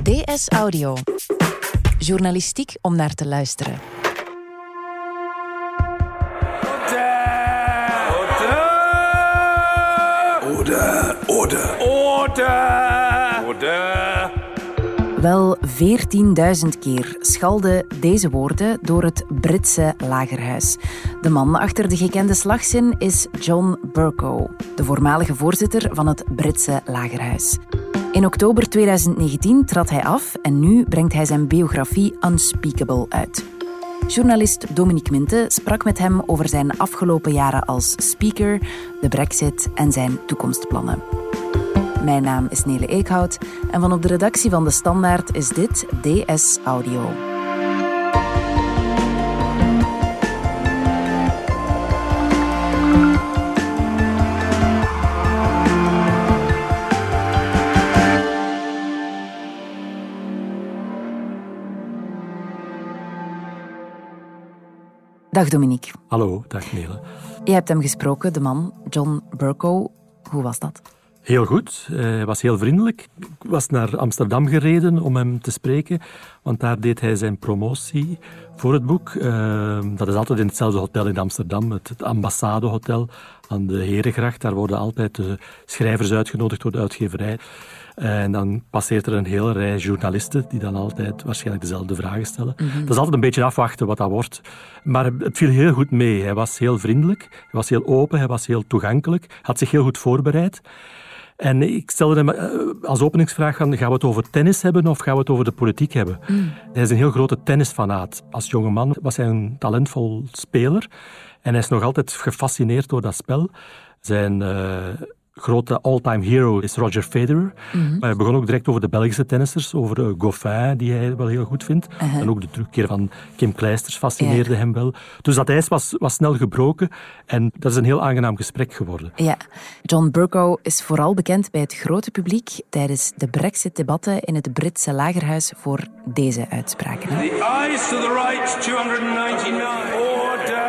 DS Audio. Journalistiek om naar te luisteren. Orde. Wel 14.000 keer schalden deze woorden door het Britse lagerhuis. De man achter de gekende slagzin is John Bercow, de voormalige voorzitter van het Britse lagerhuis. In oktober 2019 trad hij af en nu brengt hij zijn biografie Unspeakable uit. Journalist Dominique Minte sprak met hem over zijn afgelopen jaren als speaker, de Brexit en zijn toekomstplannen. Mijn naam is Nele Eekhout en van op de redactie van De Standaard is dit DS Audio. Dag Dominique. Hallo, dag Nele. Je hebt hem gesproken, de man, John Bercow. Hoe was dat? Heel goed, hij was heel vriendelijk. Ik was naar Amsterdam gereden om hem te spreken, want daar deed hij zijn promotie voor het boek. Dat is altijd in hetzelfde hotel in Amsterdam, het Ambassadehotel aan de Herengracht. Daar worden altijd de schrijvers uitgenodigd door de uitgeverij. En dan passeert er een hele rij journalisten die dan altijd waarschijnlijk dezelfde vragen stellen. Mm-hmm. Dat is altijd een beetje afwachten wat dat wordt. Maar het viel heel goed mee. Hij was heel vriendelijk, hij was heel open, hij was heel toegankelijk, had zich heel goed voorbereid. En ik stelde hem als openingsvraag gaan we het over tennis hebben of gaan we het over de politiek hebben? Hij is een heel grote tennisfanaat. Als jonge man was hij een talentvol speler en hij is nog altijd gefascineerd door dat spel. Zijn grote all-time hero is Roger Federer. Mm-hmm. Maar hij begon ook direct over de Belgische tennissers, over Goffin, die hij wel heel goed vindt. Uh-huh. En ook de terugkeer van Kim Clijsters fascineerde hem wel. Dus dat ijs was snel gebroken en dat is een heel aangenaam gesprek geworden. Ja, John Bercow is vooral bekend bij het grote publiek tijdens de Brexit-debatten in het Britse lagerhuis voor deze uitspraken. The eyes to the right, 299. Order.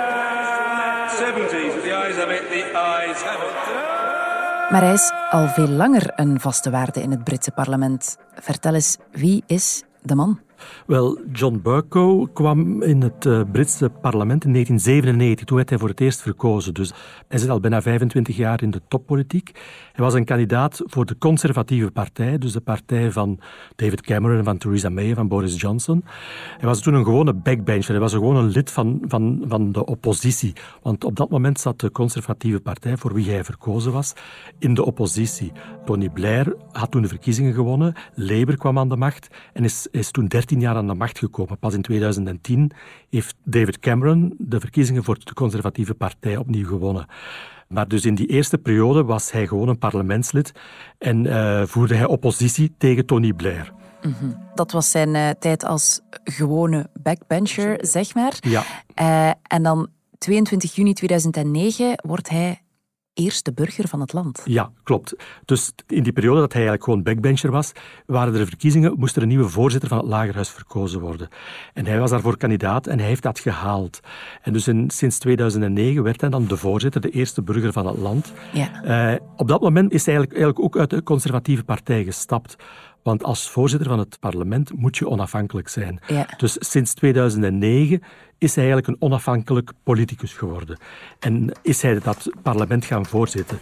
70. The eyes have it, the eyes have it. Maar hij is al veel langer een vaste waarde in het Britse parlement. Vertel eens, wie is de man? Wel, John Bercow kwam in het Britse parlement in 1997. Toen werd hij voor het eerst verkozen. Dus hij zit al bijna 25 jaar in de toppolitiek. Hij was een kandidaat voor de conservatieve partij, dus de partij van David Cameron, van Theresa May en van Boris Johnson. Hij was toen een gewone backbencher. Hij was gewoon een lid van de oppositie. Want op dat moment zat de conservatieve partij, voor wie hij verkozen was, in de oppositie. Tony Blair had toen de verkiezingen gewonnen. Labour kwam aan de macht en is toen 13 jaar aan de macht gekomen. Pas in 2010 heeft David Cameron de verkiezingen voor de conservatieve partij opnieuw gewonnen. Maar dus in die eerste periode was hij gewoon een parlementslid en voerde hij oppositie tegen Tony Blair. Mm-hmm. Dat was zijn tijd als gewone backbencher, zeg maar. Ja. En dan 22 juni 2009 wordt hij eerste burger van het land. Ja, klopt. Dus in die periode dat hij eigenlijk gewoon backbencher was, waren er verkiezingen, moest er een nieuwe voorzitter van het lagerhuis verkozen worden. En hij was daarvoor kandidaat en hij heeft dat gehaald. En dus sinds 2009 werd hij dan de voorzitter, de eerste burger van het land. Ja. Op dat moment is hij eigenlijk ook uit de conservatieve partij gestapt. Want als voorzitter van het parlement moet je onafhankelijk zijn. Ja. Dus sinds 2009 is hij eigenlijk een onafhankelijk politicus geworden. En is hij dat parlement gaan voorzitten.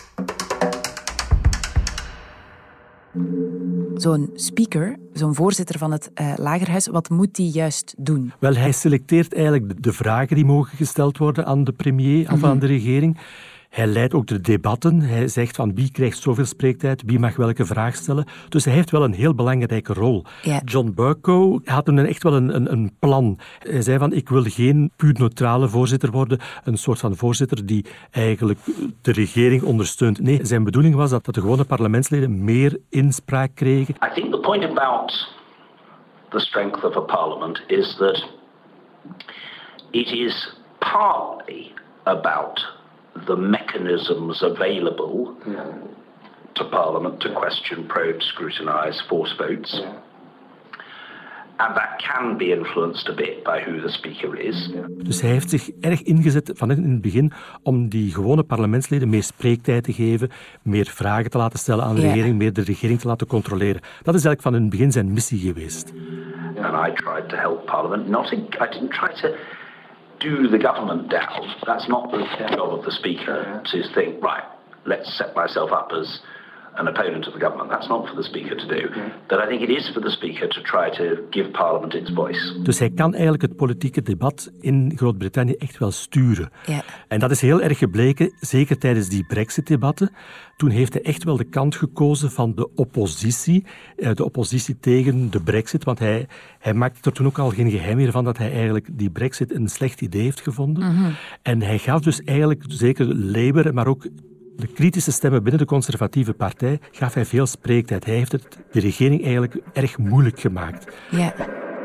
Zo'n speaker, zo'n voorzitter van het lagerhuis, wat moet die juist doen? Wel, hij selecteert eigenlijk de vragen die mogen gesteld worden aan de premier of aan de regering. Hij leidt ook de debatten. Hij zegt van wie krijgt zoveel spreektijd, wie mag welke vraag stellen. Dus hij heeft wel een heel belangrijke rol. Ja. John Bercow had toen echt wel een plan. Hij zei van ik wil geen puur neutrale voorzitter worden, een soort van voorzitter die eigenlijk de regering ondersteunt. Nee, zijn bedoeling was dat de gewone parlementsleden meer inspraak kregen. I think the point about the strength of a parliament is that it is partly about the mechanisms available to Parliament to question, probe, scrutinise, force votes. And that can be influenced a bit by who the speaker is. Dus hij heeft zich erg ingezet van in het begin om die gewone parlementsleden meer spreektijd te geven, meer vragen te laten stellen aan de regering, meer de regering te laten controleren. Dat is eigenlijk van in het begin zijn missie geweest. And I tried to help Parliament. I didn't try to do the government down. That's not the job of the Speaker to think, right, let's set myself up as an opponent of the government. That's not for the Speaker to do. But I think it is for the Speaker to try to give Parliament its voice. Dus hij kan eigenlijk het politieke debat in Groot-Brittannië echt wel sturen. Ja. En dat is heel erg gebleken, zeker tijdens die Brexit-debatten. Toen heeft hij echt wel de kant gekozen van de oppositie tegen de Brexit. Want hij maakte er toen ook al geen geheim meer van dat hij eigenlijk die Brexit een slecht idee heeft gevonden. Mm-hmm. En hij gaf dus eigenlijk, zeker Labour, maar ook de kritische stemmen binnen de conservatieve partij, gaf hij veel spreektijd. Hij heeft de regering eigenlijk erg moeilijk gemaakt. Ja.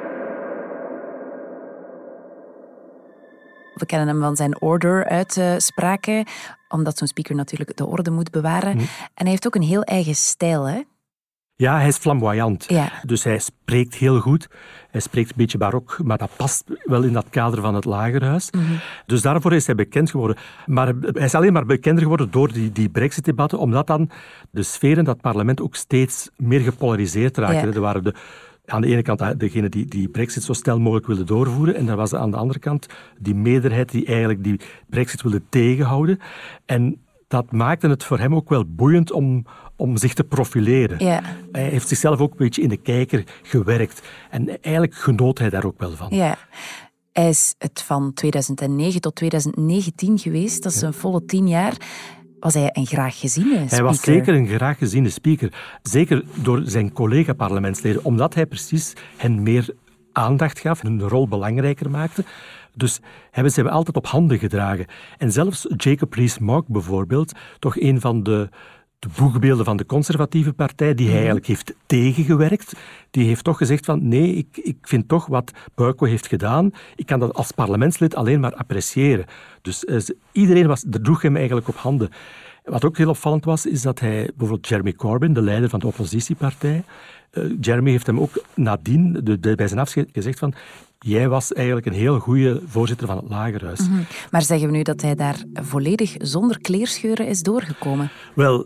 We kennen hem van zijn order-uitspraken, omdat zo'n speaker natuurlijk de orde moet bewaren. En hij heeft ook een heel eigen stijl, hè? Ja, hij is flamboyant. Ja. Dus hij spreekt heel goed. Hij spreekt een beetje barok, maar dat past wel in dat kader van het Lagerhuis. Mm-hmm. Dus daarvoor is hij bekend geworden. Maar hij is alleen maar bekender geworden door die Brexit-debatten, omdat dan de sfeer in dat parlement ook steeds meer gepolariseerd raakte. Ja. Er waren aan de ene kant degene die Brexit zo snel mogelijk wilde doorvoeren, en er was aan de andere kant die meerderheid die eigenlijk die Brexit wilde tegenhouden. En dat maakte het voor hem ook wel boeiend om zich te profileren. Ja. Hij heeft zichzelf ook een beetje in de kijker gewerkt. En eigenlijk genoot hij daar ook wel van. Ja. Hij is het van 2009 tot 2019 geweest. Dat is een volle 10 jaar. Was hij een graag geziene speaker? Hij was zeker een graag geziene speaker. Zeker door zijn collega-parlementsleden. Omdat hij precies hen meer aandacht gaf en hun rol belangrijker maakte. Dus hebben ze altijd op handen gedragen. En zelfs Jacob Rees-Mogg bijvoorbeeld, toch een van de boegbeelden van de conservatieve partij, die hij eigenlijk heeft tegengewerkt, die heeft toch gezegd van nee, ik vind toch wat Bercow heeft gedaan, ik kan dat als parlementslid alleen maar appreciëren. Dus iedereen droeg hem eigenlijk op handen. Wat ook heel opvallend was, is dat hij bijvoorbeeld Jeremy Corbyn, de leider van de oppositiepartij, Jeremy heeft hem ook nadien bij zijn afscheid gezegd van jij was eigenlijk een heel goede voorzitter van het Lagerhuis. Mm-hmm. Maar zeggen we nu dat hij daar volledig zonder kleerscheuren is doorgekomen? Wel,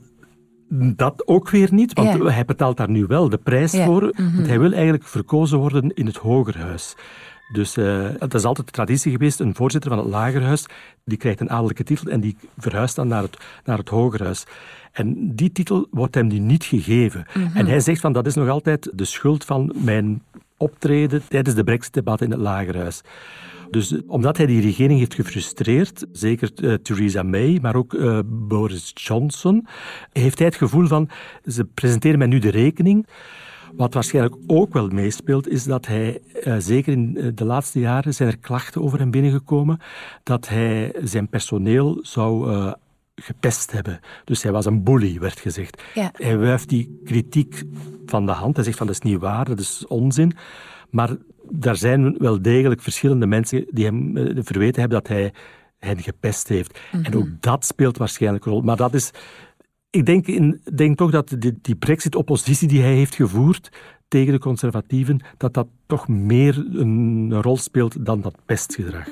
dat ook weer niet, want hij betaalt daar nu wel de prijs voor. Mm-hmm. Want hij wil eigenlijk verkozen worden in het Hogerhuis. Dus het is altijd de traditie geweest, een voorzitter van het Lagerhuis, die krijgt een adellijke titel en die verhuist dan naar het Hogerhuis. En die titel wordt hem nu niet gegeven. Mm-hmm. En hij zegt van dat is nog altijd de schuld van mijn optreden tijdens de Brexit-debatten in het Lagerhuis. Dus omdat hij die regering heeft gefrustreerd, zeker Theresa May, maar ook Boris Johnson, heeft hij het gevoel van ze presenteren mij nu de rekening. Wat waarschijnlijk ook wel meespeelt, is dat hij, zeker in de laatste jaren, zijn er klachten over hem binnengekomen, dat hij zijn personeel zou gepest hebben. Dus hij was een bully, werd gezegd. Ja. Hij wuift die kritiek van de hand. Hij zegt van dat is niet waar, dat is onzin. Maar daar zijn wel degelijk verschillende mensen die hem verweten hebben dat hij hen gepest heeft. Mm-hmm. En ook dat speelt waarschijnlijk een rol. Maar dat is... Ik denk toch dat die Brexit-oppositie die hij heeft gevoerd tegen de conservatieven, dat toch meer een rol speelt dan dat pestgedrag.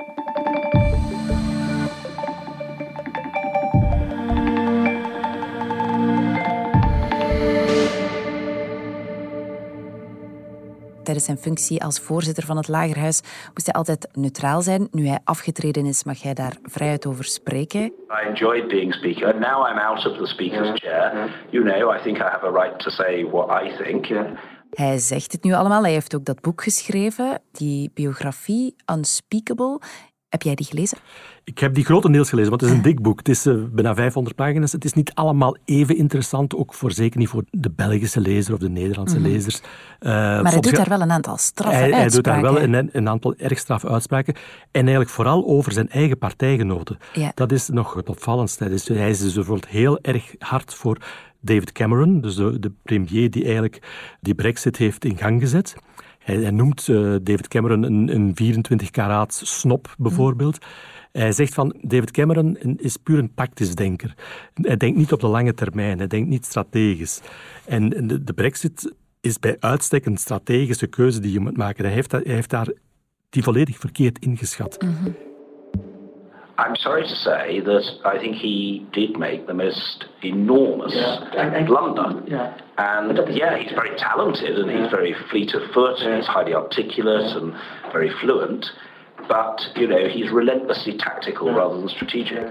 Tijdens zijn functie als voorzitter van het Lagerhuis moest hij altijd neutraal zijn. Nu hij afgetreden is, mag hij daar vrijuit over spreken. I enjoyed being speaker. Now I'm out of the speaker's chair. You know, I think I have a right to say what I think. Hij zegt het nu allemaal. Hij heeft ook dat boek geschreven, die biografie Unspeakable. Heb jij die gelezen? Ik heb die grotendeels gelezen, want het is een dik boek. Het is bijna 500 pagina's. Het is niet allemaal even interessant, ook zeker niet voor de Belgische lezer of de Nederlandse lezers. Maar hij doet daar wel een aantal straffe uitspraken. Hij doet daar wel een aantal erg straffe uitspraken. En eigenlijk vooral over zijn eigen partijgenoten. Ja. Dat is nog het opvallendste. Hij is dus bijvoorbeeld heel erg hard voor David Cameron, dus de premier die eigenlijk die Brexit heeft in gang gezet. Hij noemt David Cameron een 24 karaat snop, bijvoorbeeld. Hij zegt van, David Cameron is puur een tactisch denker. Hij denkt niet op de lange termijn, hij denkt niet strategisch. En de Brexit is bij uitstek een strategische keuze die je moet maken. Hij heeft daar die volledig verkeerd ingeschat. Mm-hmm. I'm sorry to say that I think he did make the most enormous blunder. Yeah. And he's very talented and he's very fleet of foot and he's highly articulate and very fluent. But, he's relentlessly tactical rather than strategic.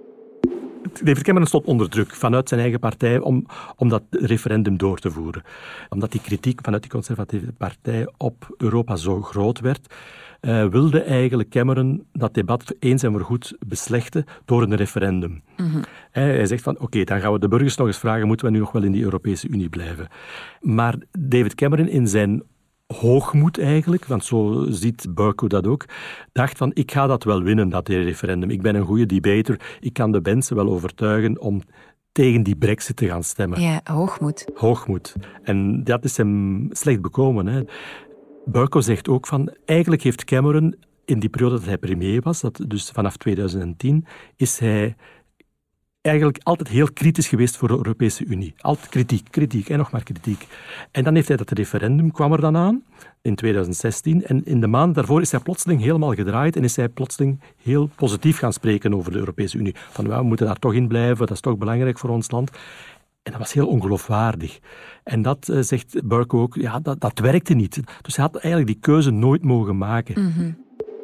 David Cameron stond onder druk vanuit zijn eigen partij om dat referendum door te voeren. Omdat die kritiek vanuit die conservatieve partij op Europa zo groot werd, wilde eigenlijk Cameron dat debat eens en voorgoed beslechten door een referendum. Mm-hmm. Hij zegt van, oké, dan gaan we de burgers nog eens vragen, moeten we nu nog wel in die Europese Unie blijven? Maar David Cameron in zijn hoogmoed eigenlijk, want zo ziet Bercow dat ook, dacht van, ik ga dat wel winnen, dat referendum. Ik ben een goede debater, ik kan de mensen wel overtuigen om tegen die brexit te gaan stemmen. Ja, hoogmoed. Hoogmoed. En dat is hem slecht bekomen. Hè. Bercow zegt ook van, eigenlijk heeft Cameron in die periode dat hij premier was, dat dus vanaf 2010, is hij eigenlijk altijd heel kritisch geweest voor de Europese Unie. Altijd kritiek en nog maar kritiek. En dan heeft hij dat referendum, kwam er dan aan, in 2016. En in de maand daarvoor is hij plotseling helemaal gedraaid en is hij plotseling heel positief gaan spreken over de Europese Unie. Van, we moeten daar toch in blijven, dat is toch belangrijk voor ons land. En dat was heel ongeloofwaardig. En dat zegt Bercow ook, ja, dat werkte niet. Dus hij had eigenlijk die keuze nooit mogen maken. Mm-hmm.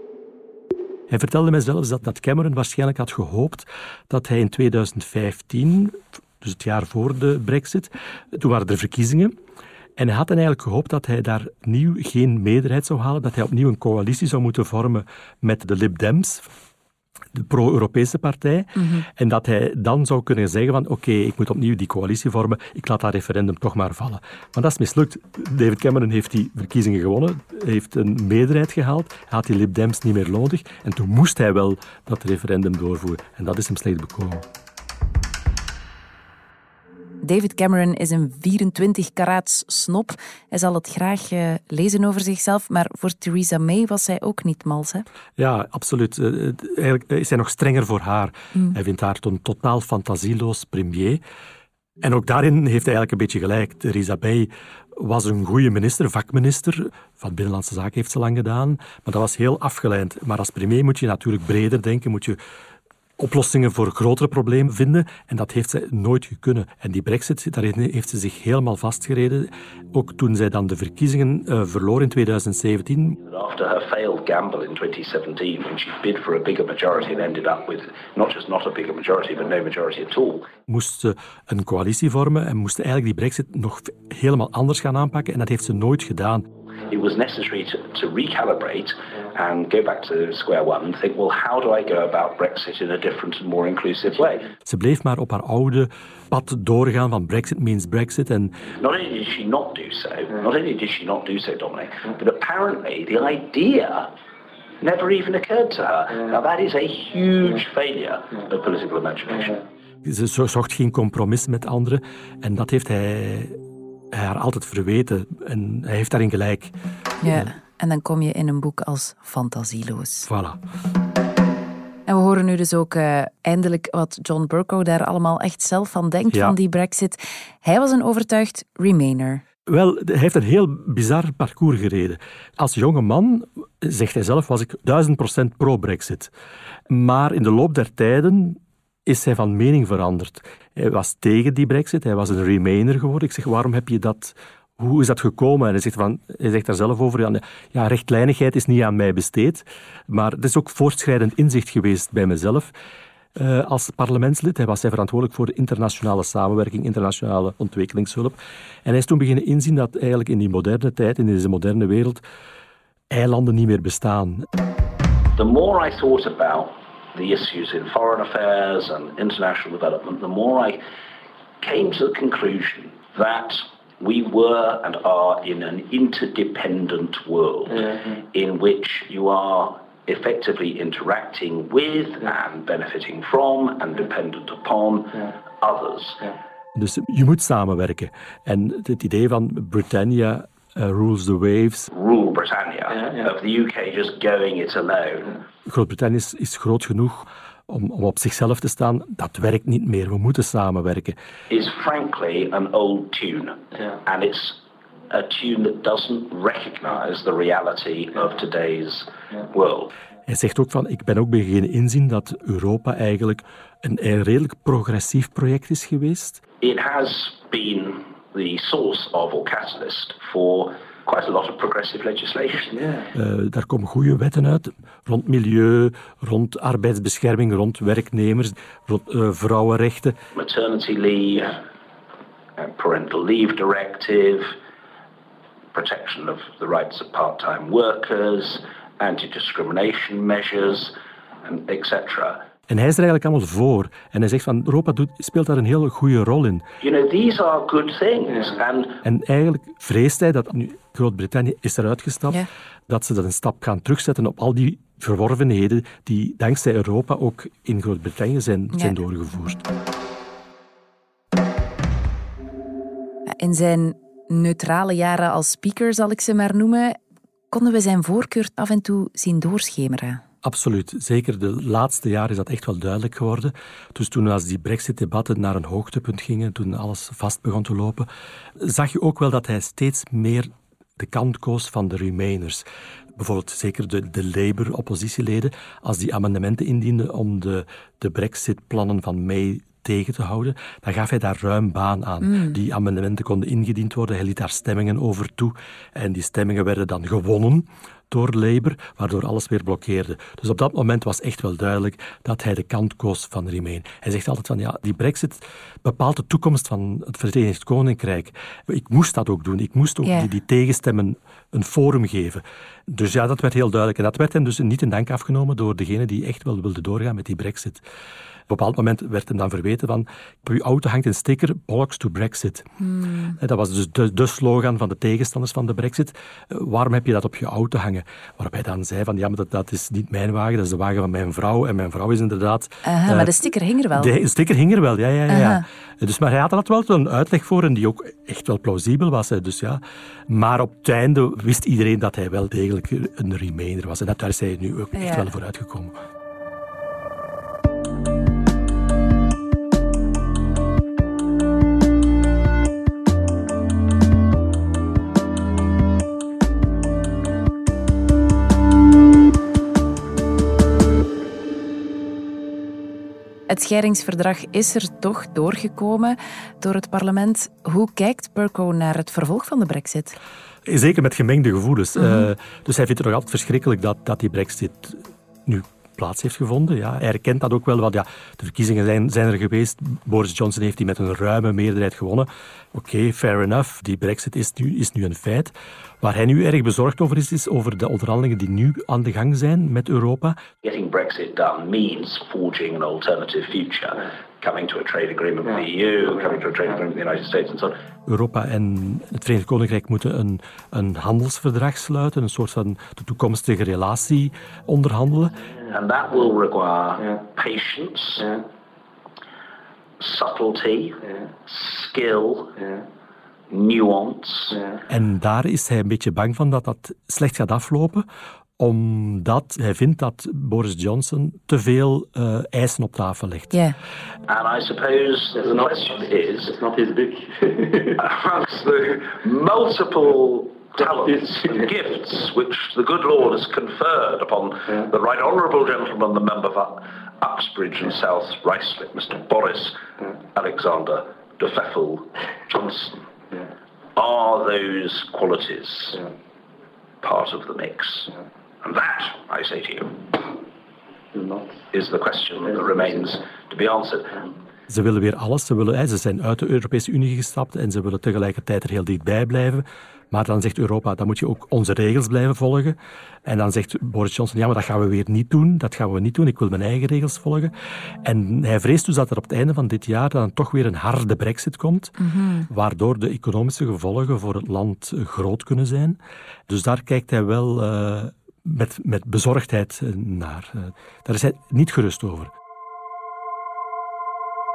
Hij vertelde mij zelfs dat Cameron waarschijnlijk had gehoopt dat hij in 2015, dus het jaar voor de brexit, toen waren er verkiezingen, en hij had eigenlijk gehoopt dat hij daar opnieuw geen meerderheid zou halen, dat hij opnieuw een coalitie zou moeten vormen met de Lib Dems, de pro-Europese partij, mm-hmm. En dat hij dan zou kunnen zeggen van oké, ik moet opnieuw die coalitie vormen, ik laat dat referendum toch maar vallen. Maar dat is mislukt. David Cameron heeft die verkiezingen gewonnen, heeft een meerderheid gehaald, hij had die Lib Dems niet meer nodig en toen moest hij wel dat referendum doorvoeren. En dat is hem slecht bekomen. David Cameron is een 24 karaats snop. Hij zal het graag lezen over zichzelf, maar voor Theresa May was hij ook niet mals, hè? Ja, absoluut. Eigenlijk is hij nog strenger voor haar. Hij vindt haar een totaal fantasieloos premier. En ook daarin heeft hij eigenlijk een beetje gelijk. Theresa May was een goede minister, vakminister. Van Binnenlandse Zaken heeft ze lang gedaan. Maar dat was heel afgeleid. Maar als premier moet je natuurlijk breder denken, moet je oplossingen voor grotere problemen vinden. En dat heeft zij nooit kunnen. En die brexit, daarin heeft ze zich helemaal vastgereden. Ook toen zij dan de verkiezingen verloor in 2017. After her failed gamble in 2017, when she bid for a bigger majority and ended up with not a bigger majority, but no majority at all. Moest ze een coalitie vormen en moest eigenlijk die brexit nog helemaal anders gaan aanpakken. En dat heeft ze nooit gedaan. It was necessary to recalibrate and go back to square one and think, well, how do I go about Brexit in a different and more inclusive way? Ze bleef maar op haar oude pad doorgaan van Brexit means Brexit. And not only did she not do so, Dominic, but apparently the idea never even occurred to her. Now that is a huge failure of political imagination. Ze zocht geen compromis met anderen en dat heeft hij haar altijd verweten en hij heeft daarin gelijk. Ja, en dan kom je in een boek als fantasieloos. Voilà. En we horen nu dus ook eindelijk wat John Bercow daar allemaal echt zelf van denkt, van die brexit. Hij was een overtuigd Remainer. Wel, hij heeft een heel bizar parcours gereden. Als jonge man, zegt hij zelf, was ik 1000% pro-brexit. Maar in de loop der tijden is hij van mening veranderd. Hij was tegen die brexit, hij was een Remainer geworden. Ik zeg, waarom heb je dat? Hoe is dat gekomen? En hij zegt daar zelf over, ja, rechtlijnigheid is niet aan mij besteed, maar het is ook voortschrijdend inzicht geweest bij mezelf. Als parlementslid, hij was verantwoordelijk voor de internationale samenwerking, internationale ontwikkelingshulp. En hij is toen beginnen inzien dat eigenlijk in die moderne tijd, in deze moderne wereld, eilanden niet meer bestaan. The more I thought about the issues in foreign affairs and international development, the more I came to the conclusion that we were and are in an interdependent world in which you are effectively interacting with and benefiting from and dependent upon others. Dus je moet samenwerken. En het idee van Britannia rules the waves. Rule Britannia, of the UK just going it alone. Groot-Brittannië is groot genoeg om op zichzelf te staan. Dat werkt niet meer. We moeten samenwerken. Is frankly an old tune. And it's a tune that doesn't recognize the reality of today's world. Hij zegt ook van, ik ben ook beginnen inzien dat Europa eigenlijk een redelijk progressief project is geweest. It has been the source of or catalyst for quite a lot of progressive legislation. Daar komen goede wetten uit rond milieu, rond arbeidsbescherming, rond werknemers, rond vrouwenrechten. Maternity leave, parental leave directive, protection of the rights of part-time workers, anti-discrimination measures, etc. En hij is er eigenlijk allemaal voor. En hij zegt van, Europa speelt daar een hele goede rol in. You know, these are good things. En eigenlijk vreest hij dat nu Groot-Brittannië is eruit gestapt, dat ze dat een stap gaan terugzetten op al die verworvenheden die dankzij Europa ook in Groot-Brittannië zijn doorgevoerd. In zijn neutrale jaren als speaker, zal ik ze maar noemen, konden we zijn voorkeur af en toe zien doorschemeren. Absoluut. Zeker de laatste jaren is dat echt wel duidelijk geworden. Dus toen als die Brexit-debatten naar een hoogtepunt gingen, toen alles vast begon te lopen, zag je ook wel dat hij steeds meer de kant koos van de Remainers. Bijvoorbeeld zeker de Labour-oppositieleden, als die amendementen indienden om de Brexit-plannen van May tegen te houden, dan gaf hij daar ruim baan aan. Die amendementen konden ingediend worden, hij liet daar stemmingen over toe en die stemmingen werden dan gewonnen door Labour, waardoor alles weer blokkeerde. Dus op dat moment was echt wel duidelijk dat hij de kant koos van Remain. Hij zegt altijd van, die Brexit bepaalt de toekomst van het Verenigd Koninkrijk. Ik moest dat ook doen. Ik moest ook die tegenstemmen een forum geven. Dus dat werd heel duidelijk. En dat werd hem dus niet in dank afgenomen door degene die echt wel wilde doorgaan met die Brexit. Op een bepaald moment werd hem dan verweten van, op uw auto hangt een sticker, Bollocks to Brexit. Dat was dus de slogan van de tegenstanders van de Brexit. Waarom heb je dat op je auto hangen? Waarop hij dan zei van, maar dat is niet mijn wagen, dat is de wagen van mijn vrouw. En mijn vrouw is inderdaad... maar de sticker hing er wel. De sticker hing er wel, ja. Dus, maar hij had er wel een uitleg voor en die ook echt wel plausibel was. Dus ja. Maar op het einde wist iedereen dat hij wel degelijk een Remainer was. En daar is hij nu ook echt wel voor uitgekomen. Het scheidingsverdrag is er toch doorgekomen door het parlement. Hoe kijkt Bercow naar het vervolg van de Brexit? Zeker met gemengde gevoelens. Dus hij vindt het nog altijd verschrikkelijk dat die Brexit nu plaats heeft gevonden. Ja. Hij herkent dat ook wel, want de verkiezingen zijn er geweest. Boris Johnson heeft die met een ruime meerderheid gewonnen. Oké, fair enough. Die Brexit is nu een feit. Waar hij nu erg bezorgd over is over de onderhandelingen die nu aan de gang zijn met Europa. Getting Brexit done means forging an alternative future. Coming to a trade agreement with the EU, coming to a trade agreement with the United States and so on. Europa en het Verenigd Koninkrijk moeten een handelsverdrag sluiten, een soort van de toekomstige relatie onderhandelen. And that will require patience, subtlety, skill, nuance. En daar is hij een beetje bang van dat dat slecht gaat aflopen, omdat hij vindt dat Boris Johnson te veel eisen op tafel legt. And I suppose the question is, it's not his book. Amongst the multiple talents and gifts which the good Lord has conferred upon the right honourable gentleman, the member for Uxbridge and South Ruislip, Mr. Boris Alexander de Pfeffel Johnson. Are those qualities part of the mix? And that, I say to you, is the question that remains to be answered. Ze willen weer alles. Ze zijn uit de Europese Unie gestapt en ze willen tegelijkertijd er heel dichtbij blijven. Maar dan zegt Europa, dan moet je ook onze regels blijven volgen. En dan zegt Boris Johnson, maar dat gaan we weer niet doen. Dat gaan we niet doen. Ik wil mijn eigen regels volgen. En hij vreest dus dat er op het einde van dit jaar dan toch weer een harde Brexit komt. Waardoor de economische gevolgen voor het land groot kunnen zijn. Dus daar kijkt hij wel met bezorgdheid naar. Daar is hij niet gerust over.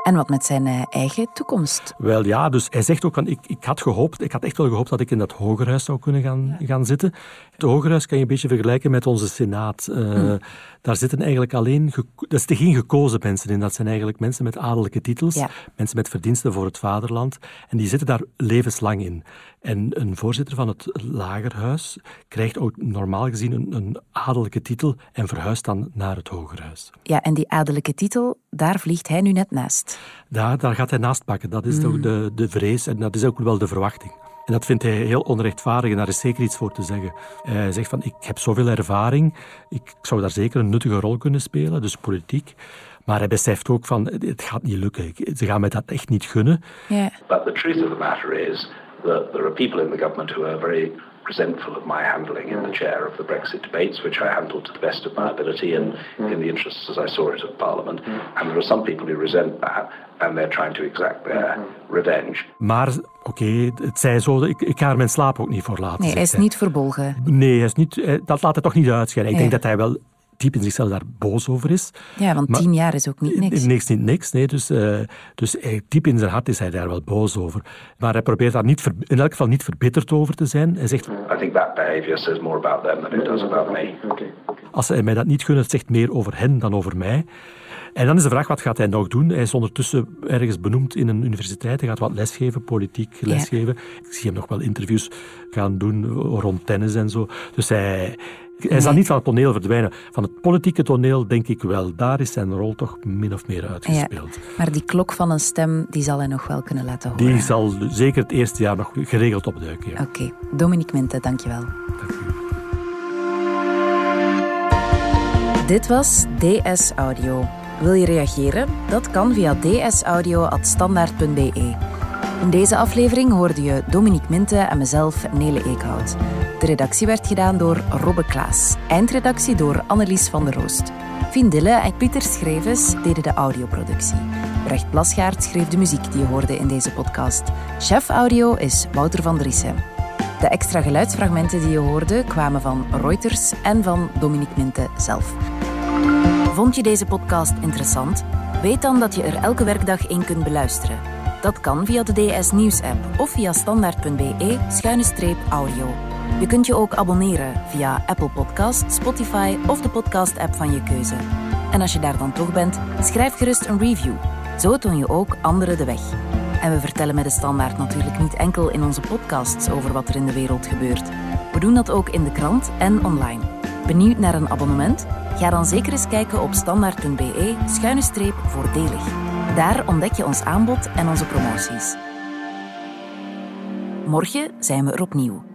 En wat met zijn eigen toekomst? Wel ja, dus hij zegt ook van ik had echt wel gehoopt dat ik in dat hogerhuis zou kunnen gaan zitten. Het hogerhuis kan je een beetje vergelijken met onze senaat. Daar zitten eigenlijk daar zitten geen gekozen mensen in. Dat zijn eigenlijk mensen met adellijke titels, mensen met verdiensten voor het vaderland. En die zitten daar levenslang in. En een voorzitter van het lagerhuis krijgt ook normaal gezien een adellijke titel en verhuist dan naar het hogerhuis. Ja, en die adellijke titel, daar vliegt hij nu net naast. Daar gaat hij naast pakken. Dat is ook de vrees en dat is ook wel de verwachting. En dat vindt hij heel onrechtvaardig en daar is zeker iets voor te zeggen. Hij zegt van, ik heb zoveel ervaring, ik zou daar zeker een nuttige rol kunnen spelen, dus politiek. Maar hij beseft ook van, het gaat niet lukken. Ze gaan mij dat echt niet gunnen. Yeah. But the truth of the matter is that there are people in the government who are very resentful of my handling in the chair of the Brexit debates, which I handled to the best of my ability and in the interests as I saw it of Parliament. And there are some people who resent that and they're trying to exact their revenge. Maar oké, het zij zo, ik ga er mijn slaap ook niet voor laten. Nee, hij is niet verbolgen. Nee, hij is niet, dat laat hij toch niet uitschijnen. Ik denk dat hij wel diep in zichzelf daar boos over is. Ja, want 10 jaar is ook niet niks. Niks, nee. Dus diep in zijn hart is hij daar wel boos over. Maar hij probeert daar in elk geval niet verbitterd over te zijn. Hij zegt, I think that behavior says more about them than it does about me. Als hij mij dat niet gunt, het zegt meer over hen dan over mij. En dan is de vraag, wat gaat hij nog doen? Hij is ondertussen ergens benoemd in een universiteit. Hij gaat wat lesgeven, politiek lesgeven. Ik zie hem nog wel interviews gaan doen rond tennis en zo. Dus hij zal niet van het toneel verdwijnen. Van het politieke toneel denk ik wel. Daar is zijn rol toch min of meer uitgespeeld. Ja, maar die klok van een stem, die zal hij nog wel kunnen laten horen. Die zal zeker het eerste jaar nog geregeld opduiken. Ja. Oké. Dominique Minte, dankjewel. Dank u. Dit was DS Audio. Wil je reageren? Dat kan via dsaudio@standaard.be. In deze aflevering hoorde je Dominique Minte en mezelf, Nele Eekhout. De redactie werd gedaan door Robbe Klaas. Eindredactie door Annelies van der Roost. Fien Dille en Pieter Schrevens deden de audioproductie. Brecht Plasgaard schreef de muziek die je hoorde in deze podcast. Chef audio is Wouter van Driessen. De extra geluidsfragmenten die je hoorde kwamen van Reuters en van Dominique Minte zelf. Vond je deze podcast interessant? Weet dan dat je er elke werkdag in kunt beluisteren. Dat kan via de DS Nieuws-app of via standaard.be/audio. Je kunt je ook abonneren via Apple Podcasts, Spotify of de podcast-app van je keuze. En als je daar dan toch bent, schrijf gerust een review. Zo toon je ook anderen de weg. En we vertellen met de Standaard natuurlijk niet enkel in onze podcasts over wat er in de wereld gebeurt. We doen dat ook in de krant en online. Benieuwd naar een abonnement? Ga dan zeker eens kijken op standaard.be/voordelig. Daar ontdek je ons aanbod en onze promoties. Morgen zijn we er opnieuw.